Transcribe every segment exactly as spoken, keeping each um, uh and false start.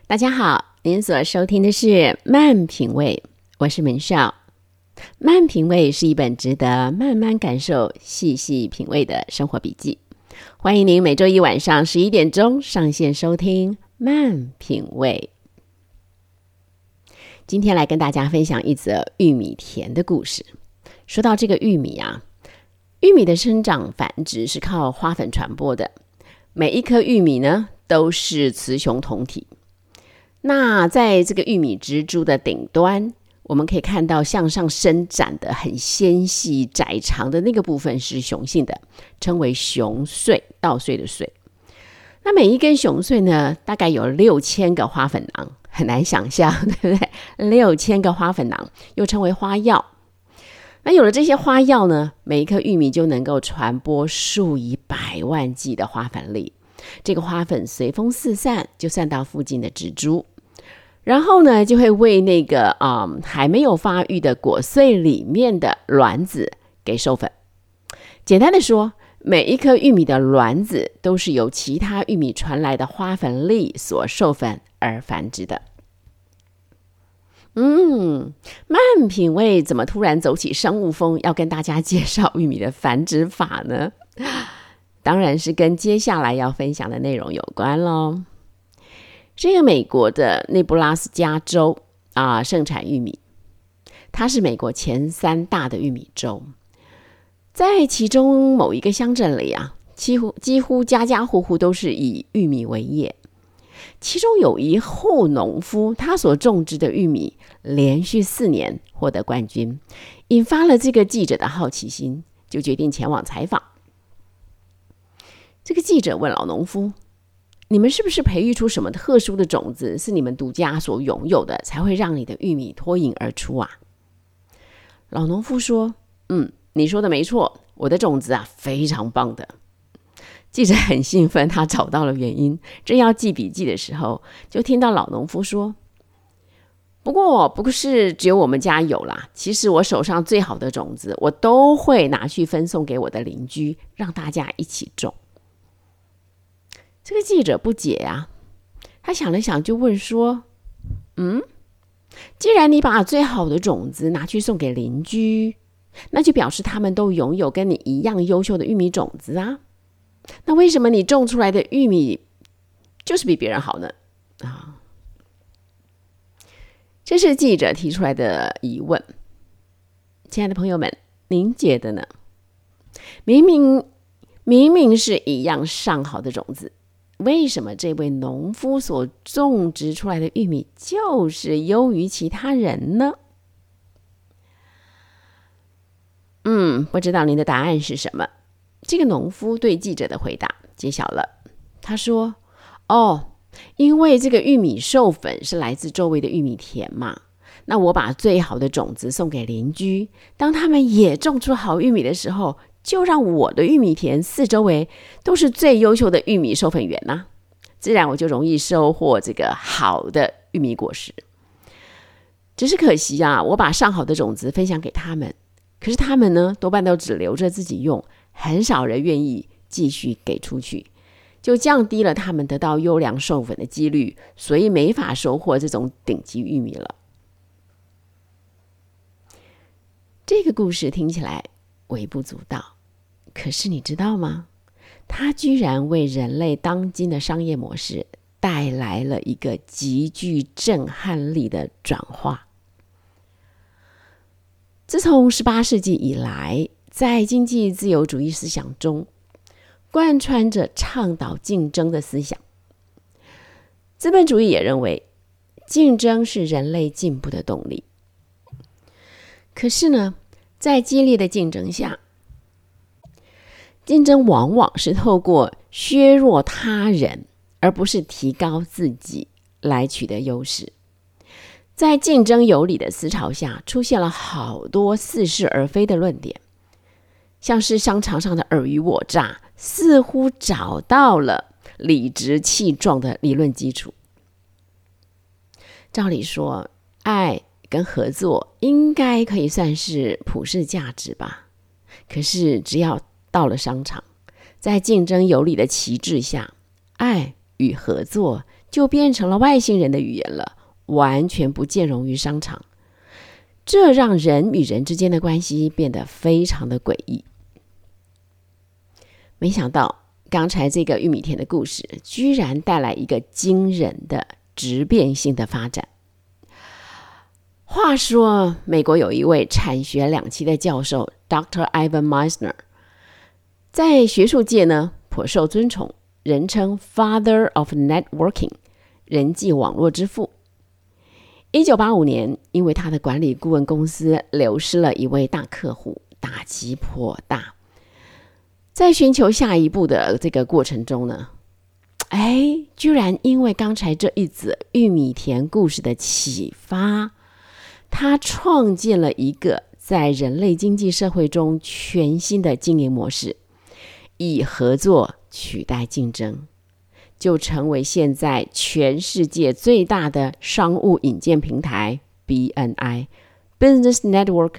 大家好，您所收听的是慢品味，我是门少。慢品味是一本值得慢慢感受、细细品味的生活笔记。欢迎您每周一晚上十一点钟上线收听慢品味。今天来跟大家分享一则玉米田的故事。说到这个玉米啊，玉米的生长繁殖是靠花粉传播的。每一颗玉米呢，都是雌雄同体。那在这个玉米植株的顶端，我们可以看到向上伸展的很纤细窄长的那个部分是雄性的，称为雄穗，稻穗的穗。那每一根雄穗呢，大概有六千个花粉囊，很难想象，对不对？六千个花粉囊，又称为花药。那有了这些花药呢，每一颗玉米就能够传播数以百万计的花粉粒。这个花粉随风四散，就散到附近的植株。然后呢，就会为那个、嗯、还没有发育的果穗里面的卵子给授粉。简单的说，每一颗玉米的卵子都是由其他玉米传来的花粉粒所授粉而繁殖的。嗯，慢品味怎么突然走起生物风，要跟大家介绍玉米的繁殖法呢？当然是跟接下来要分享的内容有关咯。这个美国的内布拉斯加州啊，盛产玉米，它是美国前三大的玉米州。在其中某一个乡镇里啊，几乎几乎家家户户都是以玉米为业。其中有一户农夫，他所种植的玉米连续四年获得冠军，引发了这个记者的好奇心，就决定前往采访。这个记者问老农夫，你们是不是培育出什么特殊的种子，是你们独家所拥有的，才会让你的玉米脱颖而出啊？老农夫说，嗯，你说的没错，我的种子啊，非常棒的。记者很兴奋，他找到了原因，正要记笔记的时候，就听到老农夫说，不过不是只有我们家有啦，其实我手上最好的种子，我都会拿去分送给我的邻居，让大家一起种。这个记者不解啊，他想了想就问说，嗯，既然你把最好的种子拿去送给邻居，那就表示他们都拥有跟你一样优秀的玉米种子啊，那为什么你种出来的玉米就是比别人好呢？啊，这是记者提出来的疑问。亲爱的朋友们，您觉得呢？明明明明是一样上好的种子，为什么这位农夫所种植出来的玉米就是优于其他人呢？嗯，不知道您的答案是什么？这个农夫对记者的回答揭晓了。他说，哦，因为这个玉米授粉是来自周围的玉米田嘛，那我把最好的种子送给邻居，当他们也种出好玉米的时候，就让我的玉米田四周围都是最优秀的玉米授粉员啊，自然我就容易收获这个好的玉米果实。只是可惜啊，我把上好的种子分享给他们，可是他们呢，多半都只留着自己用，很少人愿意继续给出去，就降低了他们得到优良授粉的几率，所以没法收获这种顶级玉米了。这个故事听起来微不足道，可是你知道吗？它居然为人类当今的商业模式带来了一个极具震撼力的转化。自从十八世纪以来，在经济自由主义思想中，贯穿着倡导竞争的思想。资本主义也认为，竞争是人类进步的动力。可是呢，在激烈的竞争下，竞争往往是透过削弱他人，而不是提高自己来取得优势。在竞争有理的思潮下，出现了好多似是而非的论点，像是商场上的尔虞我诈，似乎找到了理直气壮的理论基础。照理说，爱跟合作应该可以算是普世价值吧，可是只要到了商场，在竞争有理的旗帜下，爱与合作就变成了外星人的语言了，完全不见容于商场。这让人与人之间的关系变得非常的诡异。没想到刚才这个玉米田的故事居然带来一个惊人的质变性的发展。话说美国有一位产学两栖的教授 Doctor Ivan Misner， 在学术界呢颇受尊崇，人称 Father of Networking， 人际网络之父。一九八五年，因为他的管理顾问公司流失了一位大客户，打击颇大。在寻求下一步的这个过程中呢，哎，居然因为刚才这一则玉米田故事的启发，他创建了一个在人类经济社会中全新的经营模式，以合作取代竞争，就成为现在全世界最大的商务引荐平台 B N I Business Network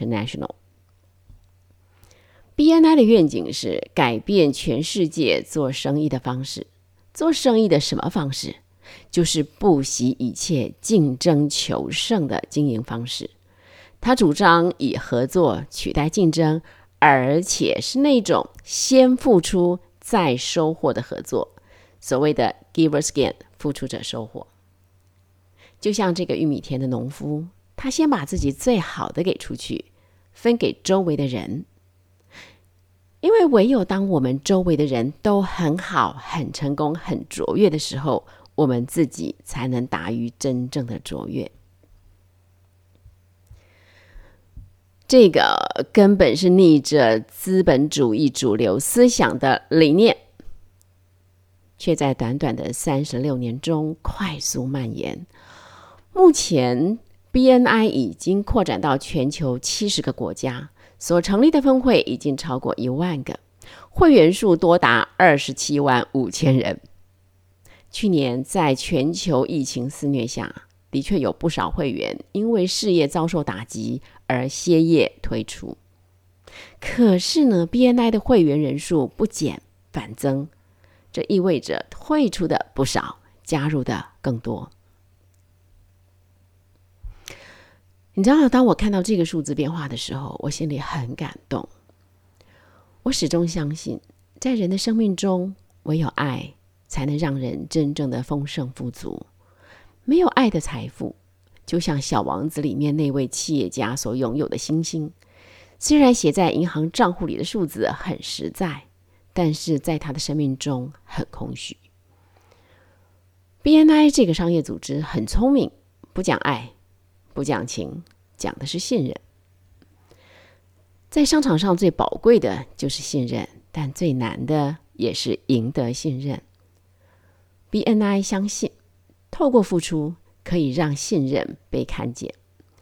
International。B N I 的愿景是改变全世界做生意的方式。做生意的什么方式？就是不惜一切竞争求胜的经营方式。他主张以合作取代竞争，而且是那种先付出再收获的合作，所谓的 Giver's Gain， 付出者收获。就像这个玉米田的农夫，他先把自己最好的给出去，分给周围的人。因为唯有当我们周围的人都很好、很成功、很卓越的时候，我们自己才能达于真正的卓越。这个根本是逆着资本主义主流思想的理念，却在短短的三十六年中快速蔓延。目前 B N I 已经扩展到全球七十个国家，所成立的分会已经超过一万个，会员数多达二十七万五千人。去年在全球疫情肆虐下，的确有不少会员因为事业遭受打击而歇业退出。可是呢 B N I 的会员人数不减反增，这意味着退出的不少，加入的更多。你知道，当我看到这个数字变化的时候，我心里很感动。我始终相信，在人的生命中，唯有爱才能让人真正的丰盛富足。没有爱的财富，就像小王子里面那位企业家所拥有的星星，虽然写在银行账户里的数字很实在，但是在他的生命中很空虚。B N I 这个商业组织很聪明，不讲爱，不讲情，讲的是信任。在商场上最宝贵的就是信任，但最难的也是赢得信任。B N I 相信，透过付出可以让信任被看见。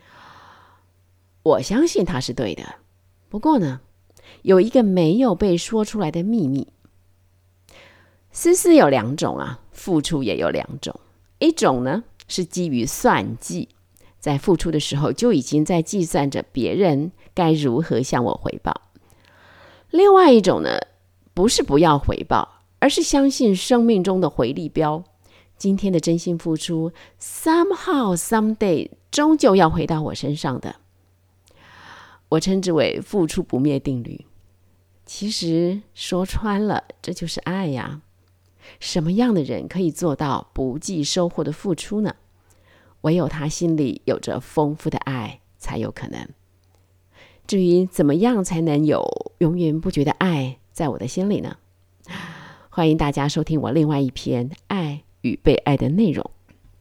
我相信它是对的。不过呢，有一个没有被说出来的秘密。私私有两种啊，付出也有两种。一种呢是基于算计，在付出的时候就已经在计算着别人该如何向我回报。另外一种呢，不是不要回报，而是相信生命中的回力镖。今天的真心付出 somehow someday 终究要回到我身上的。我称之为付出不灭定律。其实说穿了，这就是爱呀。什么样的人可以做到不计收获的付出呢？唯有他心里有着丰富的爱才有可能。至于怎么样才能有永源不绝的爱在我的心里呢？欢迎大家收听我另外一篇爱与被爱的内容。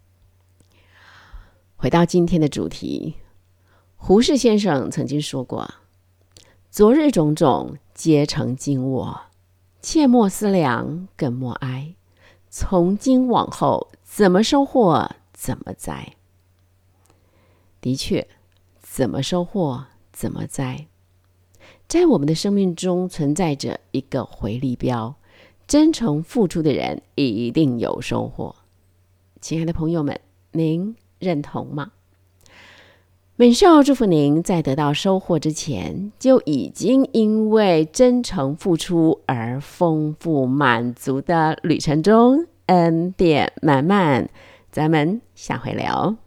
回到今天的主题，胡适先生曾经说过，昨日种种皆成今我，切莫思量更莫哀，从今往后怎么收获怎么栽。的确，怎么收获怎么栽。在我们的生命中存在着一个回力镖，真诚付出的人一定有收获。亲爱的朋友们，您认同吗？美少祝福您在得到收获之前，就已经因为真诚付出而丰富满足的旅程中恩典满满。咱们下回聊。